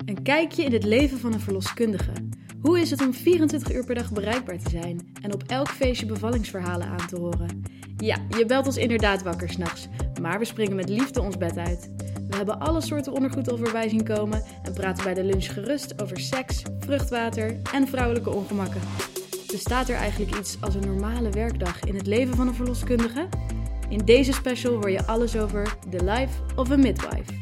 Een kijkje in het leven van een verloskundige. Hoe is het om 24 uur per dag bereikbaar te zijn en op elk feestje bevallingsverhalen aan te horen? Ja, je belt ons inderdaad wakker 's nachts, maar we springen met liefde ons bed uit. We hebben alle soorten ondergoed al voorbij zien komen en praten bij de lunch gerust over seks, vruchtwater en vrouwelijke ongemakken. Bestaat er eigenlijk iets als een normale werkdag in het leven van een verloskundige? In deze special hoor je alles over The Life of a Midwife.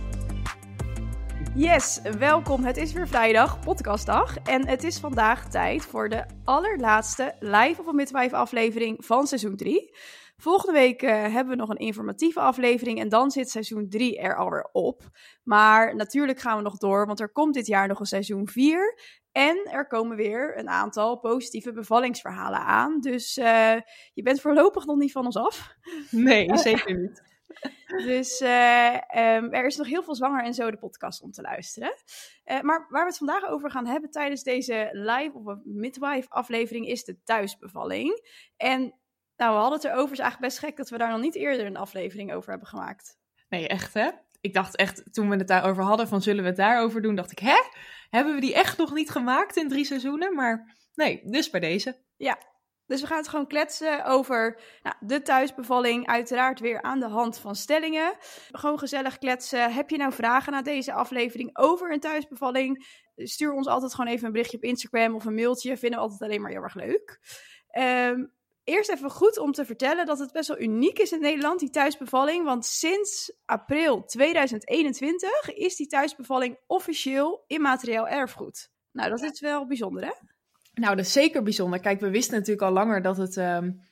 Yes, welkom. Het is weer vrijdag, podcastdag. En het is vandaag tijd voor de allerlaatste Life of a Midwife aflevering van seizoen 3. Volgende week hebben we nog een informatieve aflevering en dan zit seizoen 3 er alweer op. Maar natuurlijk gaan we nog door, want er komt dit jaar nog een seizoen 4. En er komen weer een aantal positieve bevallingsverhalen aan. Dus je bent voorlopig nog niet van ons af. Nee, zeker niet. Dus er is nog heel veel Zwanger en Zo de podcast om te luisteren. Maar waar we het vandaag over gaan hebben tijdens deze Live of a Midwife aflevering is de thuisbevalling. En nou, we hadden het erover, is eigenlijk best gek dat we daar nog niet eerder een aflevering over hebben gemaakt. Nee, echt hè? Ik dacht echt, toen we het daarover hadden, van zullen we het daarover doen, dacht ik, hè? Hebben we die echt nog niet gemaakt in 3 seizoenen? Maar nee, dus bij deze. Ja, dus we gaan het gewoon kletsen over de thuisbevalling. Uiteraard weer aan de hand van stellingen. Gewoon gezellig kletsen. Heb je nou vragen na deze aflevering over een thuisbevalling? Stuur ons altijd gewoon even een berichtje op Instagram of een mailtje. Vinden we altijd alleen maar heel erg leuk. Eerst even goed om te vertellen dat het best wel uniek is in Nederland, die thuisbevalling. Want sinds april 2021 is die thuisbevalling officieel immaterieel erfgoed. Nou, dat is wel bijzonder, hè? Nou, dat is zeker bijzonder. Kijk, we wisten natuurlijk al langer dat het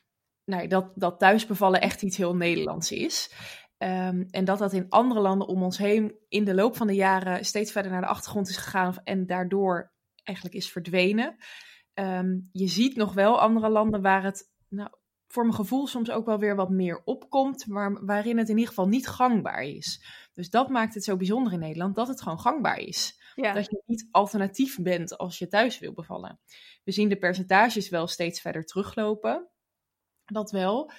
dat thuisbevallen echt iets heel Nederlands is. En dat in andere landen om ons heen in de loop van de jaren steeds verder naar de achtergrond is gegaan en daardoor eigenlijk is verdwenen. Je ziet nog wel andere landen waar het voor mijn gevoel soms ook wel weer wat meer opkomt, maar waarin het in ieder geval niet gangbaar is. Dus dat maakt het zo bijzonder in Nederland, dat het gewoon gangbaar is. Ja. Dat je niet alternatief bent als je thuis wil bevallen. We zien de percentages wel steeds verder teruglopen. Dat wel.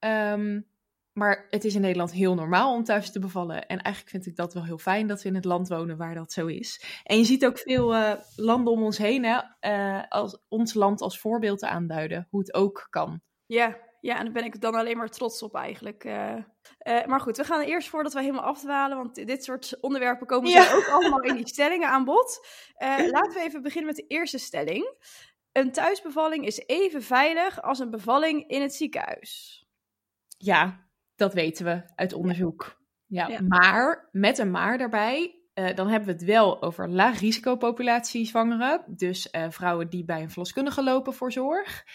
Maar het is in Nederland heel normaal om thuis te bevallen. En eigenlijk vind ik dat wel heel fijn dat we in het land wonen waar dat zo is. En je ziet ook veel landen om ons heen als ons land als voorbeeld aanduiden. Hoe het ook kan. Ja, en daar ben ik dan alleen maar trots op eigenlijk. Maar goed, we gaan er eerst voordat we helemaal afdwalen, want dit soort onderwerpen komen zo ook allemaal in die stellingen aan bod. Laten we even beginnen met de eerste stelling. Een thuisbevalling is even veilig als een bevalling in het ziekenhuis. Ja, dat weten we uit onderzoek. Ja. Maar, met een maar daarbij, dan hebben we het wel over laag risicopopulatie zwangeren. Dus vrouwen die bij een verloskundige lopen voor zorg.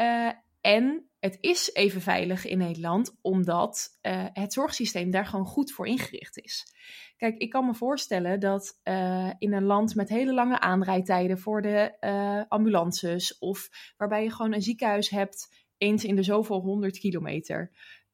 En het is even veilig in Nederland, omdat het zorgsysteem daar gewoon goed voor ingericht is. Kijk, ik kan me voorstellen dat in een land met hele lange aanrijdtijden voor de ambulances, of waarbij je gewoon een ziekenhuis hebt eens in de zoveel 100 kilometer,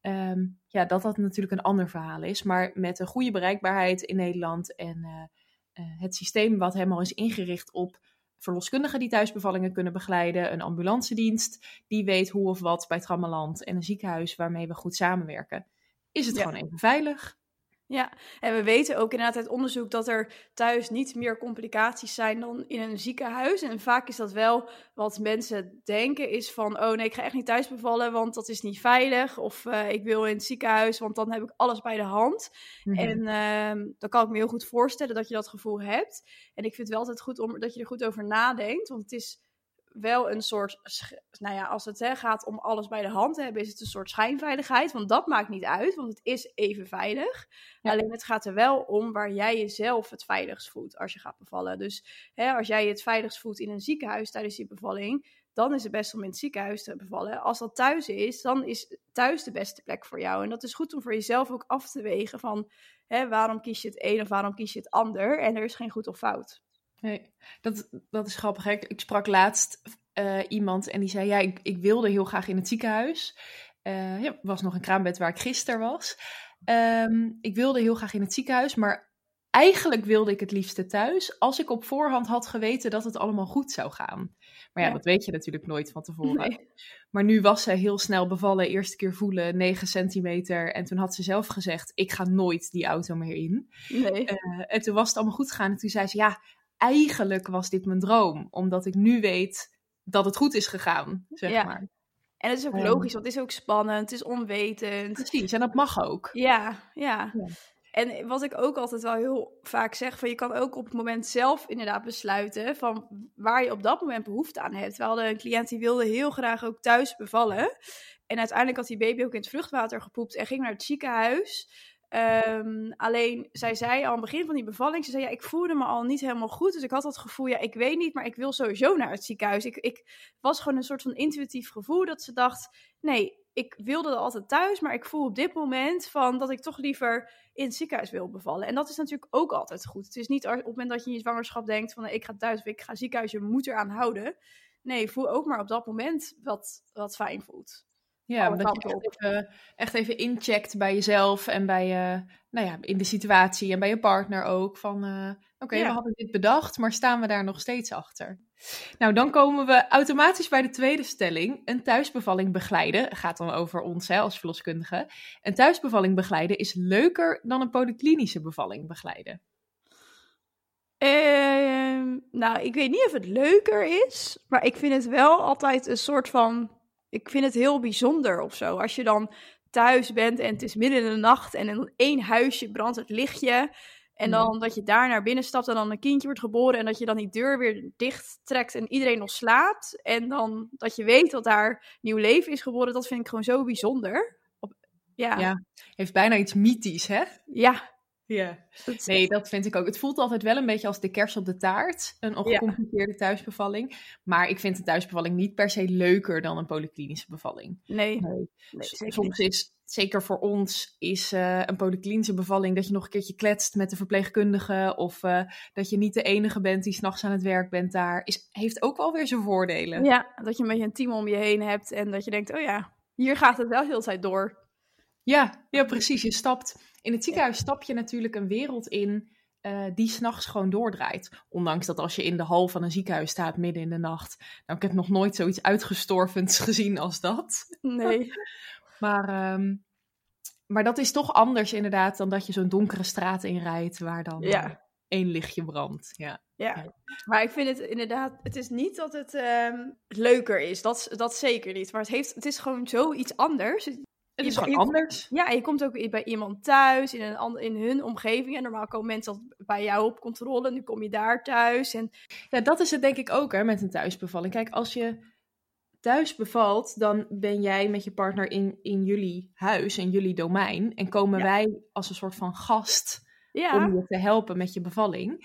dat natuurlijk een ander verhaal is. Maar met een goede bereikbaarheid in Nederland en het systeem wat helemaal is ingericht op verloskundigen die thuisbevallingen kunnen begeleiden, een ambulancedienst die weet hoe of wat bij Trammeland en een ziekenhuis waarmee we goed samenwerken, is het gewoon even veilig. Ja, en we weten ook inderdaad uit onderzoek dat er thuis niet meer complicaties zijn dan in een ziekenhuis. En vaak is dat wel wat mensen denken is van, oh nee, ik ga echt niet thuis bevallen, want dat is niet veilig. Of ik wil in het ziekenhuis, want dan heb ik alles bij de hand. Mm-hmm. En dan kan ik me heel goed voorstellen dat je dat gevoel hebt. En ik vind het wel altijd goed dat je er goed over nadenkt, want het is wel een soort, als het gaat om alles bij de hand te hebben, is het een soort schijnveiligheid, want dat maakt niet uit, want het is even veilig. Ja. Alleen het gaat er wel om waar jij jezelf het veiligst voelt als je gaat bevallen. Dus als jij je het veiligst voelt in een ziekenhuis tijdens je bevalling, dan is het best om in het ziekenhuis te bevallen. Als dat thuis is, dan is thuis de beste plek voor jou. En dat is goed om voor jezelf ook af te wegen van, waarom kies je het een of waarom kies je het ander? En er is geen goed of fout. Nee, dat is grappig. Hè? Ik sprak laatst iemand en die zei, ik wilde heel graag in het ziekenhuis. Was nog een kraambed waar ik gisteren was. Ik wilde heel graag in het ziekenhuis, maar eigenlijk wilde ik het liefste thuis, als ik op voorhand had geweten dat het allemaal goed zou gaan. Maar ja, dat weet je natuurlijk nooit van tevoren. Nee. Maar nu was zij heel snel bevallen, eerste keer voelen, 9 centimeter. En toen had ze zelf gezegd, ik ga nooit die auto meer in. Nee. En toen was het allemaal goed gegaan. En toen zei ze, ja, eigenlijk was dit mijn droom. Omdat ik nu weet dat het goed is gegaan, zeg maar. En het is ook logisch, want het is ook spannend, het is onwetend. Precies, en dat mag ook. Ja. En wat ik ook altijd wel heel vaak zeg, van je kan ook op het moment zelf inderdaad besluiten van waar je op dat moment behoefte aan hebt. We hadden een cliënt die wilde heel graag ook thuis bevallen. En uiteindelijk had die baby ook in het vruchtwater gepoept en ging naar het ziekenhuis. Alleen, zij zei al aan het begin van die bevalling, ze zei, ja, ik voelde me al niet helemaal goed. Dus ik had dat gevoel, ja, ik weet niet, maar ik wil sowieso naar het ziekenhuis. Ik was gewoon een soort van intuïtief gevoel dat ze dacht, nee, ik wilde altijd thuis, maar ik voel op dit moment van dat ik toch liever in het ziekenhuis wil bevallen. En dat is natuurlijk ook altijd goed. Het is niet op het moment dat je in je zwangerschap denkt van, ik ga thuis of ik ga ziekenhuis, je moet eraan houden. Nee, voel ook maar op dat moment wat fijn voelt. Ja, dat je echt even incheckt bij jezelf en bij in de situatie en bij je partner ook. Van we hadden dit bedacht, maar staan we daar nog steeds achter? Nou, dan komen we automatisch bij de tweede stelling. Een thuisbevalling begeleiden, gaat dan over ons als verloskundige. Een thuisbevalling begeleiden is leuker dan een polyklinische bevalling begeleiden. Nou, ik weet niet of het leuker is, maar ik vind het wel altijd een soort van... Ik vind het heel bijzonder of zo. Als je dan thuis bent en het is midden in de nacht en in één huisje brandt het lichtje. En dan dat je daar naar binnen stapt en dan een kindje wordt geboren. En dat je dan die deur weer dicht trekt en iedereen nog slaapt. En dan dat je weet dat daar nieuw leven is geboren. Dat vind ik gewoon zo bijzonder. Ja, heeft bijna iets mythisch, hè? Ja. Nee, dat vind ik ook. Het voelt altijd wel een beetje als de kers op de taart. Een ongecompliceerde thuisbevalling. Maar ik vind een thuisbevalling niet per se leuker dan een polyklinische bevalling. Nee, soms is, zeker voor ons, is een polyklinische bevalling dat je nog een keertje kletst met de verpleegkundige. Of dat je niet de enige bent die 's nachts aan het werk bent daar. Heeft ook wel weer zijn voordelen. Ja, dat je een beetje een team om je heen hebt. En dat je denkt, oh ja, hier gaat het wel heel de tijd door. Ja, precies. In het ziekenhuis stap je natuurlijk een wereld in die 's nachts gewoon doordraait. Ondanks dat als je in de hal van een ziekenhuis staat midden in de nacht. Nou, ik heb nog nooit zoiets uitgestorvends gezien als dat. Nee. Maar dat is toch anders inderdaad dan dat je zo'n donkere straat inrijdt waar dan één lichtje brandt. Ja, maar ik vind het inderdaad, het is niet dat het leuker is. Dat zeker niet. Maar het is gewoon zoiets anders. Het is gewoon anders. Ja, je komt ook bij iemand thuis, in hun omgeving. En normaal komen mensen bij jou op controle. Nu kom je daar thuis. Ja, dat is het denk ik ook met een thuisbevalling. Kijk, als je thuis bevalt, dan ben jij met je partner in jullie huis, in jullie domein. En komen wij als een soort van gast om je te helpen met je bevalling.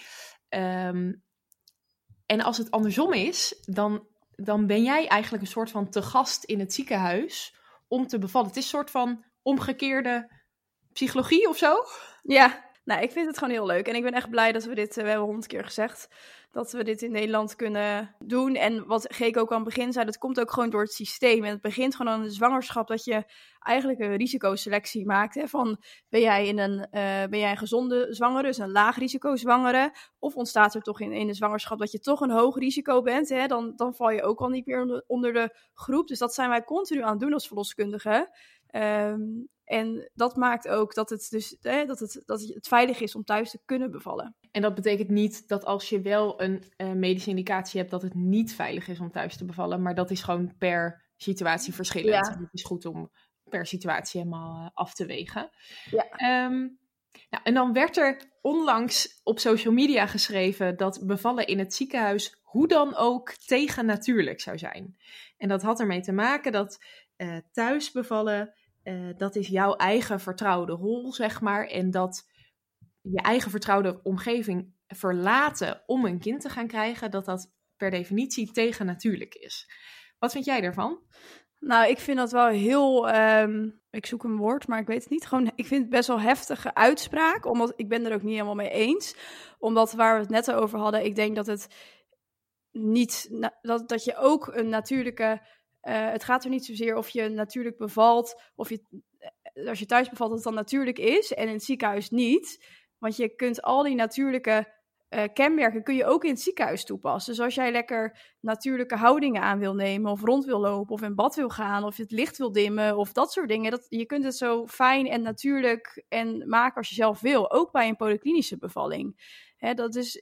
En als het andersom is, dan ben jij eigenlijk een soort van te gast in het ziekenhuis om te bevallen. Het is een soort van omgekeerde psychologie of zo. Ja, nou, ik vind het gewoon heel leuk. En ik ben echt blij dat we dit, we hebben 100 keer gezegd, dat we dit in Nederland kunnen doen. En wat Geek ook aan het begin zei, dat komt ook gewoon door het systeem. En het begint gewoon aan de zwangerschap, dat je eigenlijk een risicoselectie maakt. Hè, van, ben jij een gezonde zwangere, dus een laag risico zwangere? Of ontstaat er toch in de zwangerschap dat je toch een hoog risico bent? Hè? Dan val je ook al niet meer onder de groep. Dus dat zijn wij continu aan het doen als verloskundigen. En dat maakt ook dat het veilig is om thuis te kunnen bevallen. En dat betekent niet dat als je wel een medische indicatie hebt, dat het niet veilig is om thuis te bevallen. Maar dat is gewoon per situatie verschillend. Ja. Het is goed om per situatie helemaal af te wegen. Ja. En dan werd er onlangs op social media geschreven dat bevallen in het ziekenhuis hoe dan ook tegennatuurlijk zou zijn. En dat had ermee te maken dat thuis bevallen, dat is jouw eigen vertrouwde hol, zeg maar. En dat je eigen vertrouwde omgeving verlaten om een kind te gaan krijgen, dat per definitie tegennatuurlijk is. Wat vind jij daarvan? Nou, ik vind dat wel heel, ik zoek een woord, maar ik weet het niet. Gewoon, ik vind het best wel heftige uitspraak, omdat ik ben er ook niet helemaal mee eens. Omdat waar we het net over hadden, ik denk dat het niet, dat je ook een natuurlijke, het gaat er niet zozeer of je natuurlijk bevalt, of als je thuis bevalt dat het dan natuurlijk is en in het ziekenhuis niet. Want je kunt al die natuurlijke kenmerken kun je ook in het ziekenhuis toepassen. Dus als jij lekker natuurlijke houdingen aan wil nemen, of rond wil lopen, of in bad wil gaan, of je het licht wil dimmen, of dat soort dingen. Je kunt het zo fijn en natuurlijk en maken als je zelf wil. Ook bij een polyklinische bevalling. Dat is,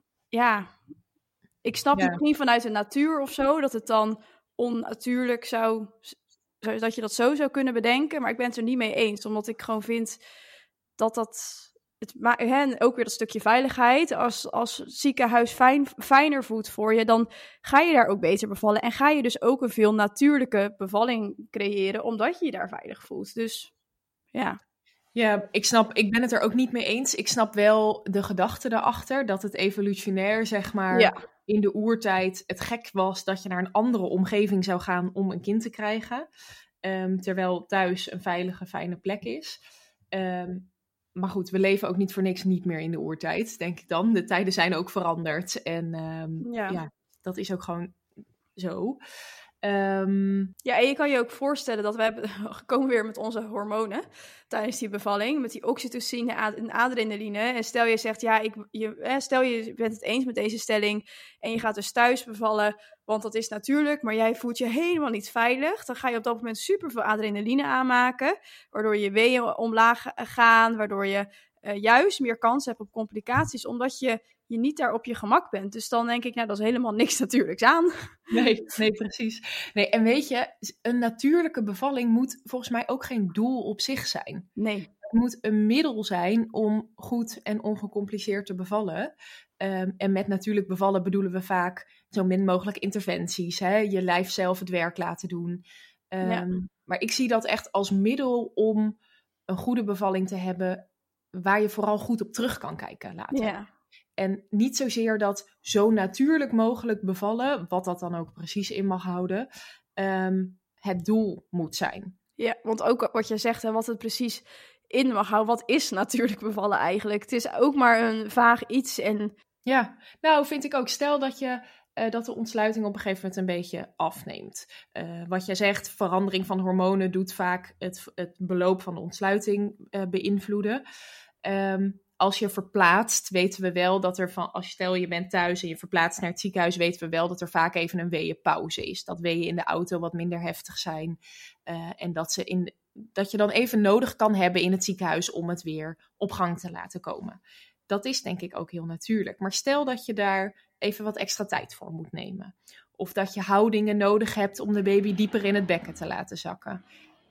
ik snap misschien vanuit de natuur of zo, dat het dan onnatuurlijk dat je dat zo zou kunnen bedenken. Maar ik ben het er niet mee eens, omdat ik gewoon vind dat ook weer dat stukje veiligheid, als ziekenhuis fijner voelt voor je, dan ga je daar ook beter bevallen. En ga je dus ook een veel natuurlijke bevalling creëren, omdat je je daar veilig voelt. Dus ja. Ja, ik ben het er ook niet mee eens. Ik snap wel de gedachte daarachter, dat het evolutionair, zeg maar, in de oertijd het gek was dat je naar een andere omgeving zou gaan om een kind te krijgen. Terwijl thuis een veilige, fijne plek is. Maar goed, we leven ook niet voor niks niet meer in de oertijd, denk ik dan. De tijden zijn ook veranderd. En dat is ook gewoon zo. En je kan je ook voorstellen dat we komen weer met onze hormonen tijdens die bevalling. Met die oxytocine en adrenaline. En stel je zegt, stel je bent het eens met deze stelling en je gaat dus thuis bevallen, want dat is natuurlijk, maar jij voelt je helemaal niet veilig. Dan ga je op dat moment superveel adrenaline aanmaken, waardoor je weeën omlaag gaan, waardoor je juist meer kans hebt op complicaties, omdat je niet daar op je gemak bent. Dus dan denk ik, dat is helemaal niks natuurlijks aan. Nee, precies. Nee, en weet je, een natuurlijke bevalling moet volgens mij ook geen doel op zich zijn. Nee. Het moet een middel zijn om goed en ongecompliceerd te bevallen. En met natuurlijk bevallen bedoelen we vaak zo min mogelijk interventies. Hè? Je lijf zelf het werk laten doen. Maar ik zie dat echt als middel om een goede bevalling te hebben, waar je vooral goed op terug kan kijken later. Ja. En niet zozeer dat zo natuurlijk mogelijk bevallen, wat dat dan ook precies in mag houden, het doel moet zijn. Ja, want ook wat je zegt en wat het precies in mag houden, wat is natuurlijk bevallen eigenlijk? Het is ook maar een vaag iets. Ja, vind ik ook. Stel dat de ontsluiting op een gegeven moment een beetje afneemt. Wat jij zegt, verandering van hormonen doet vaak het beloop van de ontsluiting beïnvloeden. Als je verplaatst, weten we wel dat stel je bent thuis en je verplaatst naar het ziekenhuis, weten we wel dat er vaak even een weeënpauze is. Dat weeën in de auto wat minder heftig zijn. En dat je dan even nodig kan hebben in het ziekenhuis om het weer op gang te laten komen. Dat is denk ik ook heel natuurlijk. Maar stel dat je daar even wat extra tijd voor moet nemen. Of dat je houdingen nodig hebt om de baby dieper in het bekken te laten zakken.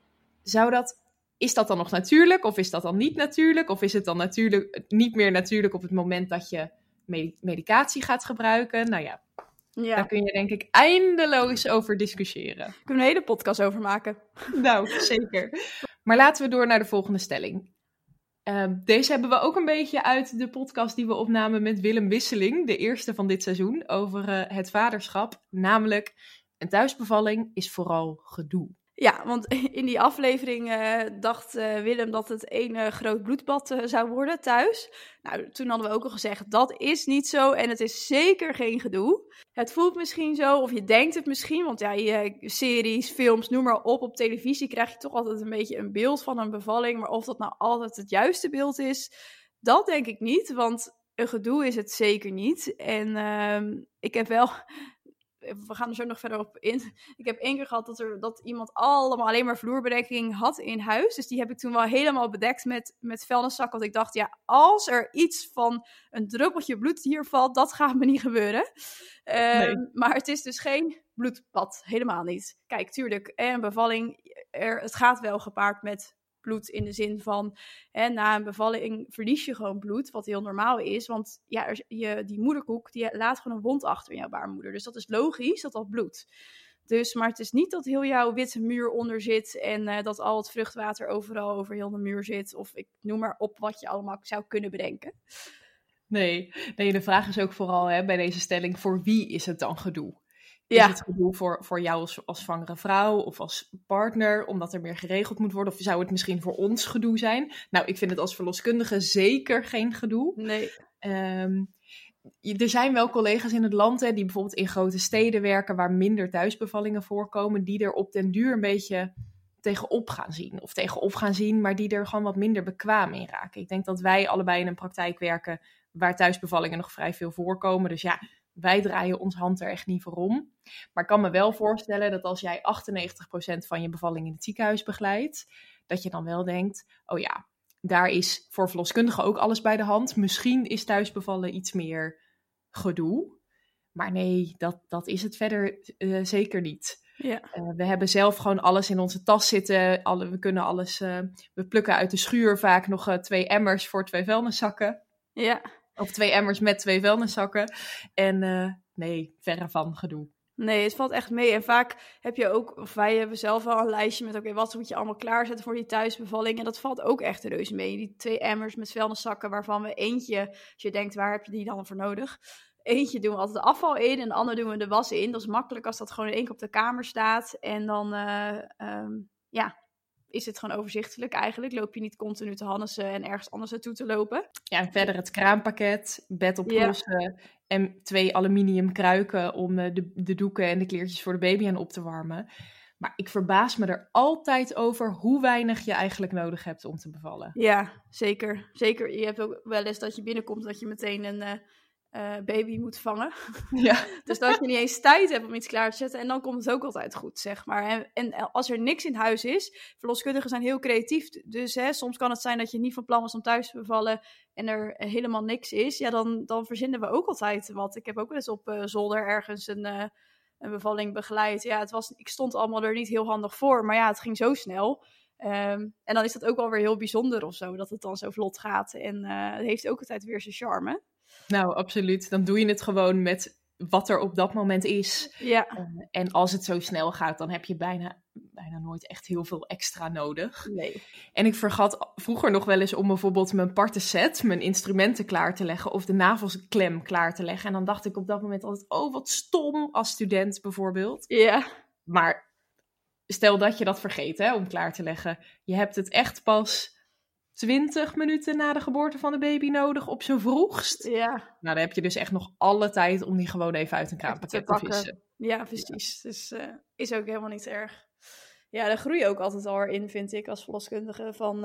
Is dat dan nog natuurlijk of is dat dan niet natuurlijk? Of is het dan niet meer natuurlijk op het moment dat je medicatie gaat gebruiken? Daar kun je denk ik eindeloos over discussiëren. Ik kan een hele podcast over maken. Zeker. Maar laten we door naar de volgende stelling. Deze hebben we ook een beetje uit de podcast die we opnamen met Willem Wisseling, de eerste van dit seizoen, over het vaderschap. Namelijk, een thuisbevalling is vooral gedoe. Ja, want in die aflevering dacht Willem dat het één groot bloedbad zou worden thuis. Toen hadden we ook al gezegd, dat is niet zo en het is zeker geen gedoe. Het voelt misschien zo, of je denkt het misschien, want series, films, noem maar op televisie krijg je toch altijd een beetje een beeld van een bevalling. Maar of dat nou altijd het juiste beeld is, dat denk ik niet, want een gedoe is het zeker niet. En ik heb wel... We gaan er zo nog verder op in. Ik heb 1 keer gehad dat iemand alleen maar vloerbedekking had in huis. Dus die heb ik toen wel helemaal bedekt met vuilniszak. Want ik dacht, als er iets van een druppeltje bloed hier valt, dat gaat me niet gebeuren. Nee. Maar het is dus geen bloedbad. Helemaal niet. Kijk, tuurlijk, een bevalling, het gaat wel gepaard met bloed in de zin van, na een bevalling verlies je gewoon bloed, wat heel normaal is, want die moederkoek, die laat gewoon een wond achter in jouw baarmoeder, dus dat is logisch dat bloed. Dus, maar het is niet dat heel jouw witte muur onder zit en dat al het vruchtwater overal over heel de muur zit, of ik noem maar op wat je allemaal zou kunnen bedenken. Nee, de vraag is ook vooral bij deze stelling, voor wie is het dan gedoe? Is het gedoe voor jou als zwangere vrouw of als partner, omdat er meer geregeld moet worden? Of zou het misschien voor ons gedoe zijn? Ik vind het als verloskundige zeker geen gedoe. Nee. Er zijn wel collega's in het land die bijvoorbeeld in grote steden werken, waar minder thuisbevallingen voorkomen, die er op den duur een beetje tegenop gaan zien. Of tegenop gaan zien, maar die er gewoon wat minder bekwaam in raken. Ik denk dat wij allebei in een praktijk werken waar thuisbevallingen nog vrij veel voorkomen. Dus ja, wij draaien ons hand er echt niet voor om. Maar ik kan me wel voorstellen dat als jij 98% van je bevalling in het ziekenhuis begeleidt, dat je dan wel denkt, oh ja, daar is voor verloskundigen ook alles bij de hand. Misschien is thuisbevallen iets meer gedoe. Maar nee, dat is het verder zeker niet. Ja. We hebben zelf gewoon alles in onze tas zitten. We kunnen alles, we plukken uit de schuur vaak nog 2 emmers voor 2 vuilniszakken. Ja. Of 2 emmers met 2 vuilniszakken. En nee, verre van gedoe. Nee, het valt echt mee. En vaak heb je ook, of wij hebben zelf wel een lijstje met, oké, wat moet je allemaal klaarzetten voor die thuisbevalling? En dat valt ook echt reuze mee. Die 2 emmers met vuilniszakken, waarvan we eentje, als je denkt, waar heb je die dan voor nodig? Eentje doen we altijd de afval in en de andere doen we de was in. Dat is makkelijk als dat gewoon in één keer op de kamer staat. En dan, is het gewoon overzichtelijk eigenlijk. Loop je niet continu te hannissen en ergens anders naartoe te lopen. Ja, en verder het kraampakket, bed oplossen en 2 aluminium kruiken om de doeken en de kleertjes voor de baby aan op te warmen. Maar ik verbaas me er altijd over hoe weinig je eigenlijk nodig hebt om te bevallen. Ja, zeker. Zeker. Je hebt ook wel eens dat je binnenkomt dat je meteen een baby moet vangen. Ja. Dus dat je niet eens tijd hebt om iets klaar te zetten. En dan komt het ook altijd goed, zeg maar. En als er niks in huis is, verloskundigen zijn heel creatief. Dus soms kan het zijn dat je niet van plan was om thuis te bevallen en er helemaal niks is. Ja, dan verzinnen we ook altijd wat. Ik heb ook wel eens op zolder ergens een bevalling begeleid. Ja, ik stond allemaal er niet heel handig voor. Maar ja, het ging zo snel. En dan is dat ook wel weer heel bijzonder of zo, dat het dan zo vlot gaat. En het heeft ook altijd weer zijn charme. Nou, absoluut. Dan doe je het gewoon met wat er op dat moment is. Ja. En als het zo snel gaat, dan heb je bijna nooit echt heel veel extra nodig. Nee. En ik vergat vroeger nog wel eens om bijvoorbeeld mijn partenset, mijn instrumenten klaar te leggen of de navelklem klaar te leggen. En dan dacht ik op dat moment altijd, oh wat stom als student bijvoorbeeld. Ja. Maar stel dat je dat vergeet om klaar te leggen. Je hebt het echt pas 20 minuten na de geboorte van de baby nodig op zijn vroegst. Ja. Nou, dan heb je dus echt nog alle tijd om die gewoon even uit een kraampakket te vissen. Ja, precies. Ja. Dus is ook helemaal niet erg. Ja, daar groei je ook altijd al in, vind ik, als verloskundige. Van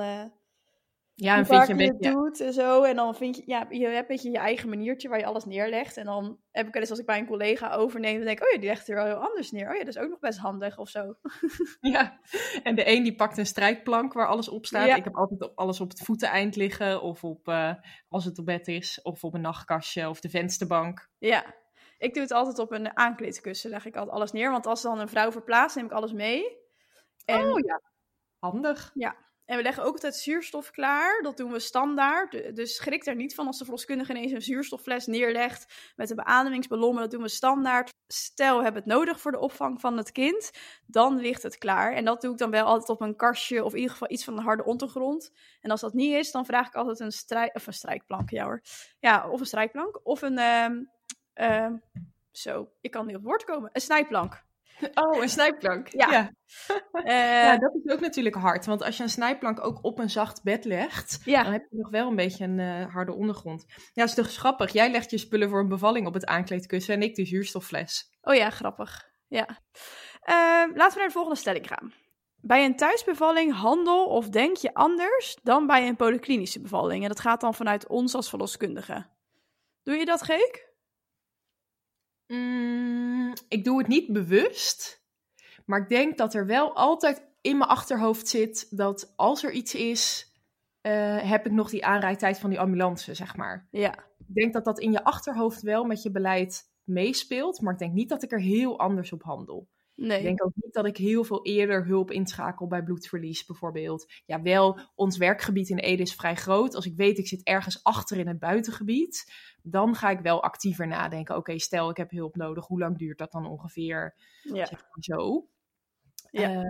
ja, hoe vind vaak je een je beetje het doet en zo. En dan vind je, ja, je hebt een beetje je eigen maniertje waar je alles neerlegt. En dan heb ik wel eens, als ik bij een collega overneem, dan denk ik, oh ja, die legt er wel heel anders neer. Oh ja, dat is ook nog best handig of zo. Ja, en de een die pakt een strijkplank waar alles op staat. Ja. Ik heb altijd alles op het voeteneind liggen of op, als het op bed is, of op een nachtkastje of de vensterbank. Ja, ik doe het altijd op een aankleedkussen, leg ik altijd alles neer. Want als dan een vrouw verplaatst, neem ik alles mee. En, oh ja, handig. Ja, en we leggen ook altijd zuurstof klaar. Dat doen we standaard. Dus schrik er niet van als de verloskundige ineens een zuurstoffles neerlegt met een beademingsballon. Maar dat doen we standaard. Stel, we hebben het nodig voor de opvang van het kind. Dan ligt het klaar. En dat doe ik dan wel altijd op een kastje of in ieder geval iets van een harde ondergrond. En als dat niet is, dan vraag ik altijd een strijkplank. Ja hoor. Ja, of een strijkplank. Of een, ik kan niet op het woord komen. Een snijplank. Oh, een snijplank. Ja. Ja, dat is ook natuurlijk hard. Want als je een snijplank ook op een zacht bed legt, dan heb je nog wel een beetje een harde ondergrond. Ja, is toch grappig. Jij legt je spullen voor een bevalling op het aankleedkussen en ik de zuurstoffles. Oh ja, grappig. Ja. Laten we naar de volgende stelling gaan. Bij een thuisbevalling handel of denk je anders dan bij een polyklinische bevalling? En dat gaat dan vanuit ons als verloskundige. Doe je dat, Geek? Ik doe het niet bewust, maar ik denk dat er wel altijd in mijn achterhoofd zit dat als er iets is, heb ik nog die aanrijdtijd van die ambulance, zeg maar. Ja. Ik denk dat dat in je achterhoofd wel met je beleid meespeelt, maar ik denk niet dat ik er heel anders op handel. Nee. Ik denk ook niet dat ik heel veel eerder hulp inschakel bij bloedverlies bijvoorbeeld. Ja, wel, ons werkgebied in Ede is vrij groot. Als ik weet, ik zit ergens achter in het buitengebied, dan ga ik wel actiever nadenken. Oké, stel ik heb hulp nodig, hoe lang duurt dat dan ongeveer? Ja. Zeg maar zo. Ja.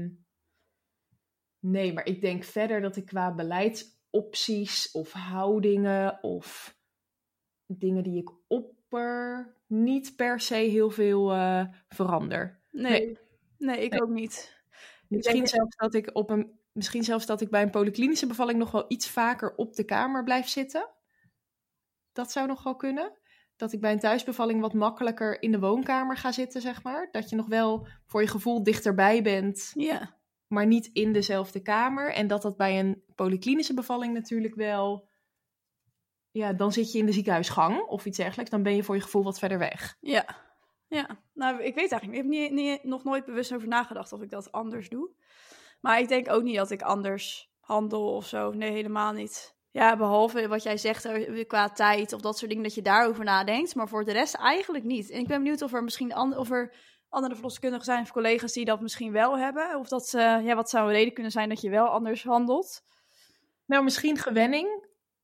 Nee, maar ik denk verder dat ik qua beleidsopties of houdingen of dingen die ik opper niet per se heel veel verander. Nee, ik ook niet. Misschien zelfs dat ik bij een polyklinische bevalling nog wel iets vaker op de kamer blijf zitten. Dat zou nog wel kunnen. Dat ik bij een thuisbevalling wat makkelijker in de woonkamer ga zitten, zeg maar. Dat je nog wel voor je gevoel dichterbij bent. Ja. maar niet in dezelfde kamer. En dat bij een polyklinische bevalling natuurlijk wel... Ja, dan zit je in de ziekenhuisgang of iets dergelijks. Dan ben je voor je gevoel wat verder weg. Ja. Nou, ik weet eigenlijk niet. Ik heb nog nooit bewust over nagedacht of ik dat anders doe. Maar ik denk ook niet dat ik anders handel of zo. Nee, helemaal niet. Ja, behalve wat jij zegt qua tijd of dat soort dingen, dat je daarover nadenkt. Maar voor de rest eigenlijk niet. En ik ben benieuwd of er misschien andere verloskundigen zijn of collega's die dat misschien wel hebben. Of dat wat zou een reden kunnen zijn dat je wel anders handelt? Nou, misschien gewenning.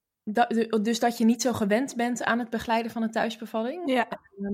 Dus dat je niet zo gewend bent aan het begeleiden van een thuisbevalling. Ja.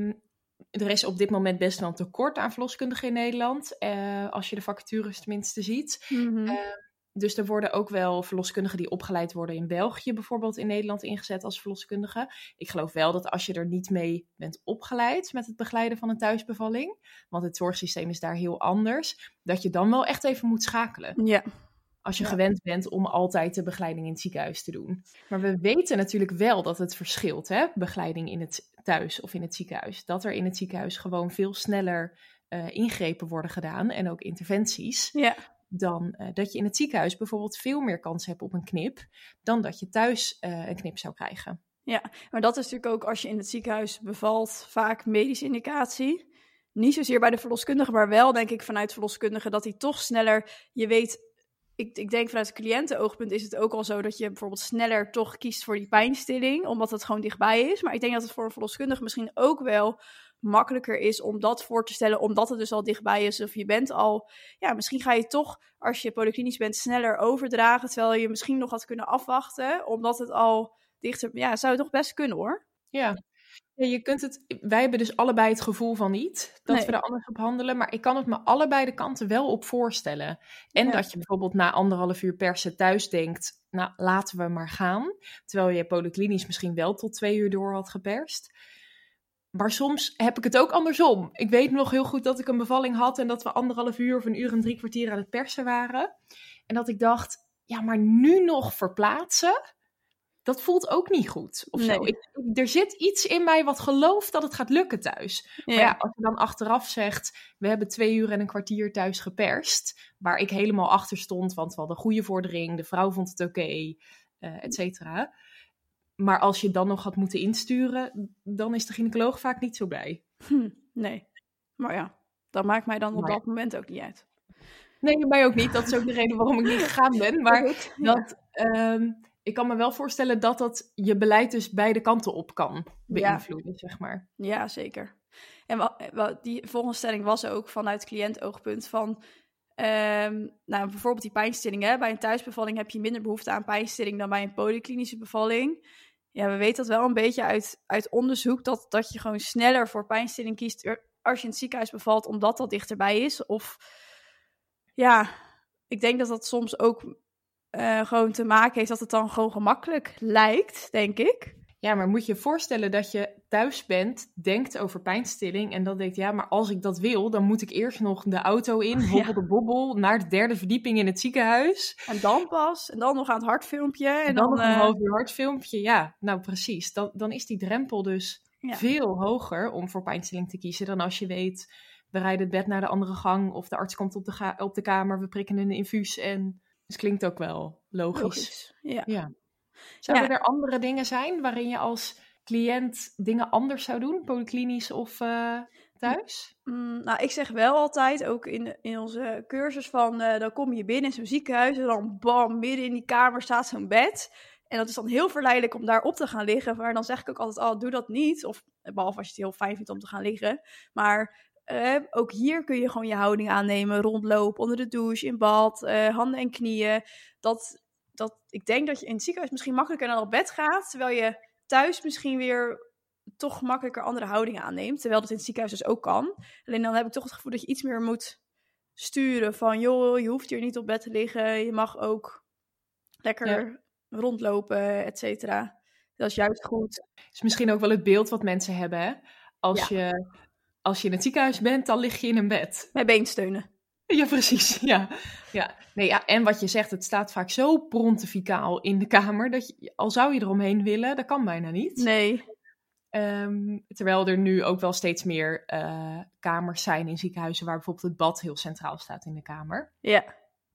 Er is op dit moment best wel een tekort aan verloskundigen in Nederland. Als je de vacatures tenminste ziet. Mm-hmm. Dus er worden ook wel verloskundigen die opgeleid worden in België bijvoorbeeld in Nederland ingezet als verloskundige. Ik geloof wel dat als je er niet mee bent opgeleid met het begeleiden van een thuisbevalling, want het zorgsysteem is daar heel anders, dat je dan wel echt even moet schakelen. Ja. Als je gewend bent om altijd de begeleiding in het ziekenhuis te doen. Maar we weten natuurlijk wel dat het verschilt, hè? Begeleiding in het thuis of in het ziekenhuis. Dat er in het ziekenhuis gewoon veel sneller ingrepen worden gedaan en ook interventies. Ja. Dan dat je in het ziekenhuis bijvoorbeeld veel meer kans hebt op een knip dan dat je thuis een knip zou krijgen. Ja, maar dat is natuurlijk ook als je in het ziekenhuis bevalt vaak medische indicatie. Niet zozeer bij de verloskundige, maar wel denk ik vanuit verloskundige dat hij toch sneller, je weet, ik denk vanuit het cliëntenoogpunt is het ook al zo dat je bijvoorbeeld sneller toch kiest voor die pijnstilling, omdat het gewoon dichtbij is. Maar ik denk dat het voor een verloskundige misschien ook wel makkelijker is om dat voor te stellen, omdat het dus al dichtbij is. Of je bent al, misschien ga je toch, als je polyklinisch bent, sneller overdragen, terwijl je misschien nog had kunnen afwachten, omdat het al dichter, zou het toch best kunnen hoor. Ja, je kunt het, wij hebben dus allebei het gevoel van niet, dat we er anders op handelen, maar ik kan het me allebei de kanten wel op voorstellen. En dat je bijvoorbeeld na 1,5 uur persen thuis denkt, nou laten we maar gaan, terwijl je polyklinisch misschien wel tot 2 uur door had geperst. Maar soms heb ik het ook andersom. Ik weet nog heel goed dat ik een bevalling had en dat we 1,5 uur of 1 uur en 3 kwartier aan het persen waren. En dat ik dacht, ja, maar nu nog verplaatsen, dat voelt ook niet goed. Of zo. Er zit iets in mij wat gelooft dat het gaat lukken thuis. Ja. Maar ja, als je dan achteraf zegt, we hebben 2 uur en een kwartier thuis geperst, waar ik helemaal achter stond, want we hadden goede vordering, de vrouw vond het oké, et cetera. Maar als je dan nog had moeten insturen, dan is de gynaecoloog vaak niet zo blij. Nee, maar ja, dat maakt mij dan op dat moment ook niet uit. Nee, mij ook niet. Dat is ook de reden waarom ik niet gegaan ben. Maar ik kan me wel voorstellen dat je beleid dus beide kanten op kan beïnvloeden, zeg maar. Ja, zeker. En die volgende stelling was ook vanuit cliëntoogpunt van, bijvoorbeeld die pijnstilling. Hè? Bij een thuisbevalling heb je minder behoefte aan pijnstilling dan bij een polyklinische bevalling. Ja, we weten dat wel een beetje uit onderzoek, dat je gewoon sneller voor pijnstilling kiest als je in het ziekenhuis bevalt, omdat dat dichterbij is. Of ik denk dat dat soms ook gewoon te maken heeft dat het dan gewoon gemakkelijk lijkt, denk ik. Ja, maar moet je je voorstellen dat je thuis bent, denkt over pijnstilling en dan denkt, ja, maar als ik dat wil, dan moet ik eerst nog de auto in, hobbel de bobbel, naar de 3e verdieping in het ziekenhuis. En dan pas, en dan nog aan het hartfilmpje. En dan nog een half uur hartfilmpje, ja, nou precies. Dan is die drempel dus veel hoger om voor pijnstilling te kiezen dan als je weet, we rijden het bed naar de andere gang of de arts komt op de kamer, we prikken een infuus en het klinkt ook wel logisch. Ja. Zouden er andere dingen zijn waarin je als cliënt dingen anders zou doen? Polyklinisch of thuis? Ik zeg wel altijd, ook in onze cursus van, dan kom je binnen in zo'n ziekenhuis en dan bam, midden in die kamer staat zo'n bed. En dat is dan heel verleidelijk om daar op te gaan liggen. Maar dan zeg ik ook altijd, doe dat niet. Of behalve als je het heel fijn vindt om te gaan liggen. Maar ook hier kun je gewoon je houding aannemen, rondlopen, onder de douche, in bad, handen en knieën. Ik denk dat je in het ziekenhuis misschien makkelijker naar het bed gaat, terwijl je thuis misschien weer toch makkelijker andere houdingen aanneemt, terwijl dat in het ziekenhuis dus ook kan. Alleen dan heb ik toch het gevoel dat je iets meer moet sturen van, joh, je hoeft hier niet op bed te liggen, je mag ook lekker rondlopen, et cetera. Dat is juist goed. Dat is misschien ook wel het beeld wat mensen hebben, hè? Als je in het ziekenhuis bent, dan lig je in een bed. Met beensteunen. Ja, precies. Ja. En wat je zegt, het staat vaak zo pontificaal in de kamer, dat je, al zou je eromheen willen, dat kan bijna niet. Nee. Terwijl er nu ook wel steeds meer kamers zijn in ziekenhuizen waar bijvoorbeeld het bad heel centraal staat in de kamer. Ja.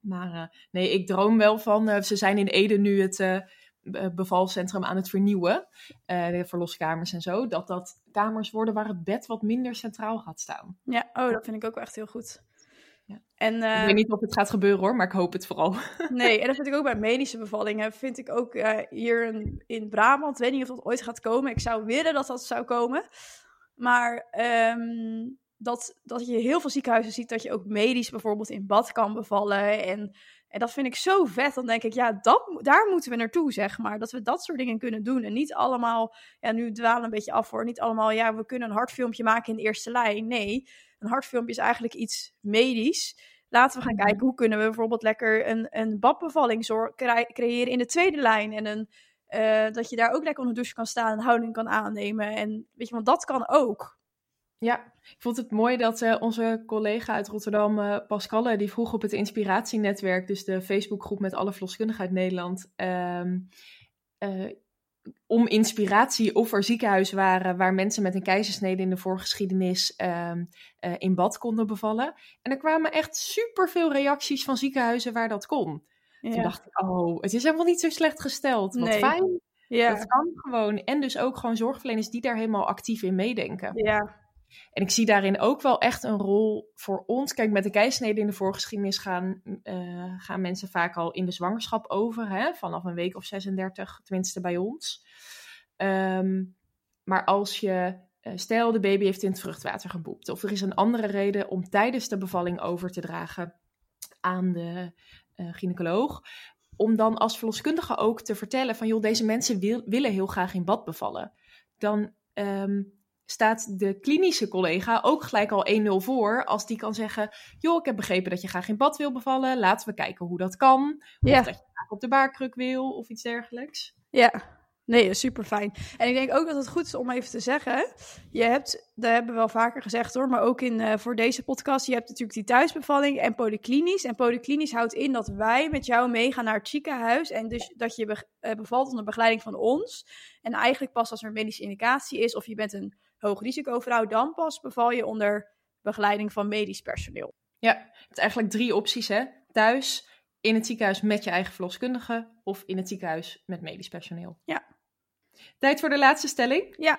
Maar nee, ik droom wel van... ze zijn in Ede nu het bevalcentrum aan het vernieuwen. De verloskamers en zo. Dat kamers worden waar het bed wat minder centraal gaat staan. Ja, dat vind ik ook wel echt heel goed. Ja. En, ik weet niet of het gaat gebeuren hoor, maar ik hoop het vooral. Nee, en dat vind ik ook bij medische bevallingen. Vind ik ook hier in Brabant. Ik weet niet of dat ooit gaat komen. Ik zou willen dat dat zou komen. Maar dat je heel veel ziekenhuizen ziet dat je ook medisch bijvoorbeeld in bad kan bevallen. En dat vind ik zo vet. Dan denk ik, daar moeten we naartoe, zeg maar. Dat we dat soort dingen kunnen doen. En niet allemaal, nu dwalen we een beetje af hoor. Niet allemaal, we kunnen een hartfilmpje maken in de eerste lijn. Nee, een hartfilmpje is eigenlijk iets medisch. Laten we gaan kijken, hoe kunnen we bijvoorbeeld lekker een badbevalling creëren in de tweede lijn. En dat je daar ook lekker onder de douche kan staan en houding kan aannemen. En weet je, want dat kan ook. Ja, ik vond het mooi dat onze collega uit Rotterdam, Pascalle, die vroeg op het Inspiratienetwerk, dus de Facebookgroep met alle verloskundigen uit Nederland, om inspiratie of er ziekenhuizen waren waar mensen met een keizersnede in de voorgeschiedenis in bad konden bevallen. En er kwamen echt superveel reacties van ziekenhuizen waar dat kon. Ja. Toen dacht ik, het is helemaal niet zo slecht gesteld. Wat fijn. Ja. Dat kan gewoon. En dus ook gewoon zorgverleners die daar helemaal actief in meedenken. Ja. En ik zie daarin ook wel echt een rol voor ons. Kijk, met de keizersnede in de voorgeschiedenis gaan mensen vaak al in de zwangerschap over. Hè? Vanaf een week of 36, tenminste bij ons. Maar als je, stel de baby heeft in het vruchtwater geboept. Of er is een andere reden om tijdens de bevalling over te dragen aan de gynaecoloog. Om dan als verloskundige ook te vertellen van, joh, deze mensen willen heel graag in bad bevallen. Dan staat de klinische collega ook gelijk al 1-0 voor als die kan zeggen, joh, ik heb begrepen dat je graag in bad wil bevallen. Laten we kijken hoe dat kan. Of dat je graag op de baarkruk wil of iets dergelijks. Ja. Nee, super fijn. En ik denk ook dat het goed is om even te zeggen, dat hebben we wel vaker gezegd hoor, maar ook voor deze podcast, je hebt natuurlijk die thuisbevalling en polyklinisch. En polyklinisch houdt in dat wij met jou meegaan naar het ziekenhuis en dus dat je bevalt onder begeleiding van ons. En eigenlijk pas als er een medische indicatie is of je bent een hoogrisicovrouw, dan pas beval je onder begeleiding van medisch personeel. Ja, je hebt eigenlijk 3 opties hè. Thuis, in het ziekenhuis met je eigen verloskundige of in het ziekenhuis met medisch personeel. Ja. Tijd voor de laatste stelling. Ja.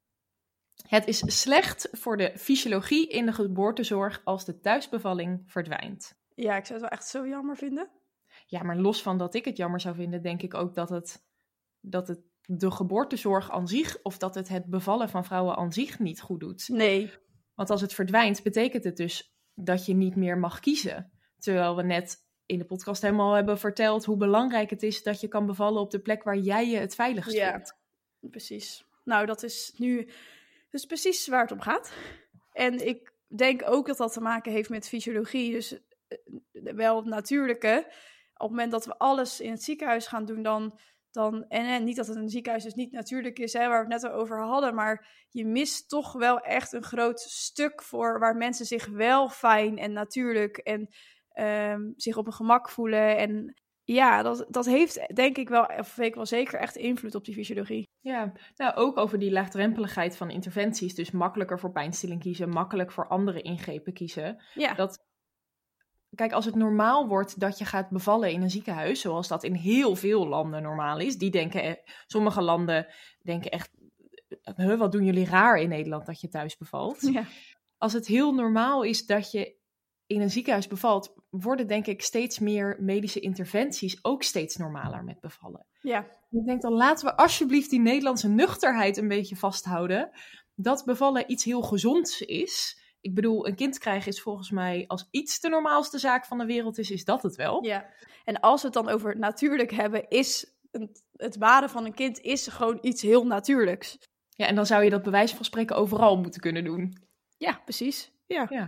Het is slecht voor de fysiologie in de geboortezorg als de thuisbevalling verdwijnt. Ja, ik zou het wel echt zo jammer vinden. Ja, maar los van dat ik het jammer zou vinden, denk ik ook dat het de geboortezorg aan zich, of dat het bevallen van vrouwen aan zich niet goed doet. Nee. Want als het verdwijnt, betekent het dus dat je niet meer mag kiezen. Terwijl we net in de podcast helemaal hebben verteld hoe belangrijk het is dat je kan bevallen op de plek waar jij je het veiligst voelt. Ja, precies. Nou, dat is nu dus precies waar het om gaat. En ik denk ook dat dat te maken heeft met fysiologie. Dus wel het natuurlijke. Op het moment dat we alles in het ziekenhuis gaan doen, dan en niet dat het een ziekenhuis dus niet natuurlijk is, hè, waar we het net al over hadden, maar je mist toch wel echt een groot stuk voor waar mensen zich wel fijn en natuurlijk en zich op een gemak voelen. En ja, dat heeft denk ik wel, of weet ik wel zeker, echt invloed op die fysiologie. Ja, nou ook over die laagdrempeligheid van interventies. Dus makkelijker voor pijnstilling kiezen, makkelijk voor andere ingrepen kiezen. Ja. Kijk, als het normaal wordt dat je gaat bevallen in een ziekenhuis, zoals dat in heel veel landen normaal is. Sommige landen denken echt, wat doen jullie raar in Nederland dat je thuis bevalt? Ja. Als het heel normaal is dat je in een ziekenhuis bevalt, worden denk ik steeds meer medische interventies ook steeds normaler met bevallen. Ja. Ik denk dan laten we alsjeblieft die Nederlandse nuchterheid een beetje vasthouden. Dat bevallen iets heel gezonds is. Ik bedoel, een kind krijgen is volgens mij als iets de normaalste zaak van de wereld is dat het wel. Ja, en als we het dan over natuurlijk hebben, is het baren van een kind is gewoon iets heel natuurlijks. Ja, en dan zou je dat bij wijze van spreken overal moeten kunnen doen. Ja, precies. Ja.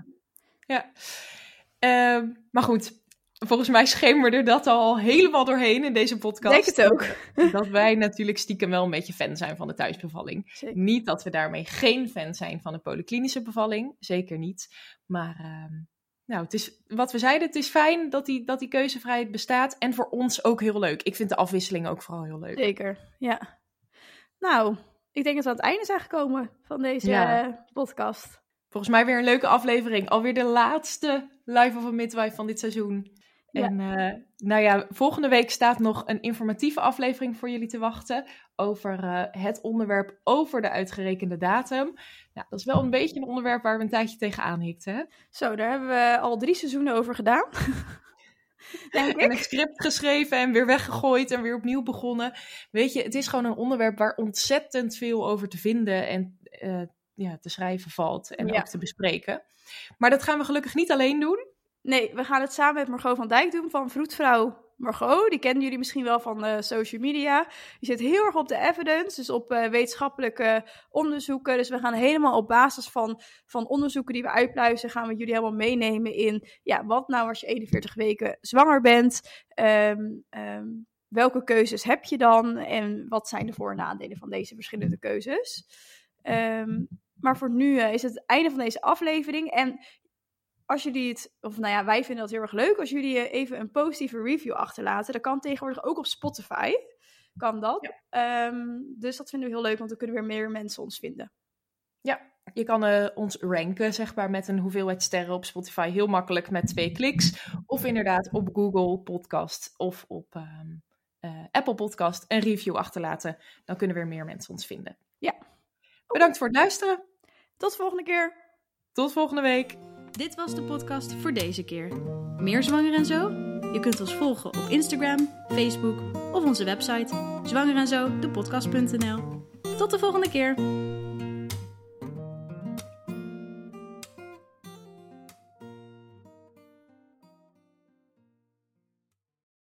Maar goed, volgens mij schemerde dat al helemaal doorheen in deze podcast. Denk het ook. Dat wij natuurlijk stiekem wel een beetje fan zijn van de thuisbevalling. Zeker. Niet dat we daarmee geen fan zijn van de polyklinische bevalling. Zeker niet. Maar het is wat we zeiden, het is fijn dat die keuzevrijheid bestaat. En voor ons ook heel leuk. Ik vind de afwisseling ook vooral heel leuk. Zeker, ja. Nou, ik denk dat we aan het einde zijn gekomen van deze podcast. Volgens mij weer een leuke aflevering. Alweer de laatste Life of a Midwife van dit seizoen. Ja. En volgende week staat nog een informatieve aflevering voor jullie te wachten over het onderwerp over de uitgerekende datum. Nou, dat is wel een beetje een onderwerp waar we een tijdje tegenaan hikten. Hè? Zo, daar hebben we al 3 seizoenen over gedaan. En een script geschreven en weer weggegooid en weer opnieuw begonnen. Weet je, het is gewoon een onderwerp waar ontzettend veel over te vinden en te schrijven valt en ook te bespreken. Maar dat gaan we gelukkig niet alleen doen. Nee, we gaan het samen met Margot van Dijk doen van Vroedvrouw Margot. Die kennen jullie misschien wel van social media. Die zit heel erg op de evidence, dus op wetenschappelijke onderzoeken. Dus we gaan helemaal op basis van onderzoeken die we uitpluizen, gaan we jullie helemaal meenemen in wat nou als je 41 weken zwanger bent. Welke keuzes heb je dan en wat zijn de voor- en nadelen van deze verschillende keuzes? Maar voor nu is het einde van deze aflevering. En als jullie wij vinden dat heel erg leuk als jullie even een positieve review achterlaten. Dat kan tegenwoordig ook op Spotify. Kan dat. Ja. Dus dat vinden we heel leuk, want dan kunnen weer meer mensen ons vinden. Ja, je kan ons ranken, zeg maar, met een hoeveelheid sterren op Spotify. Heel makkelijk met 2 kliks. Of inderdaad op Google Podcast of op Apple Podcast een review achterlaten. Dan kunnen weer meer mensen ons vinden. Ja. Bedankt voor het luisteren. Tot volgende keer. Tot volgende week. Dit was de podcast voor deze keer. Meer Zwanger en Zo? Je kunt ons volgen op Instagram, Facebook of onze website zwangerenzo.depodcast.nl. Tot de volgende keer!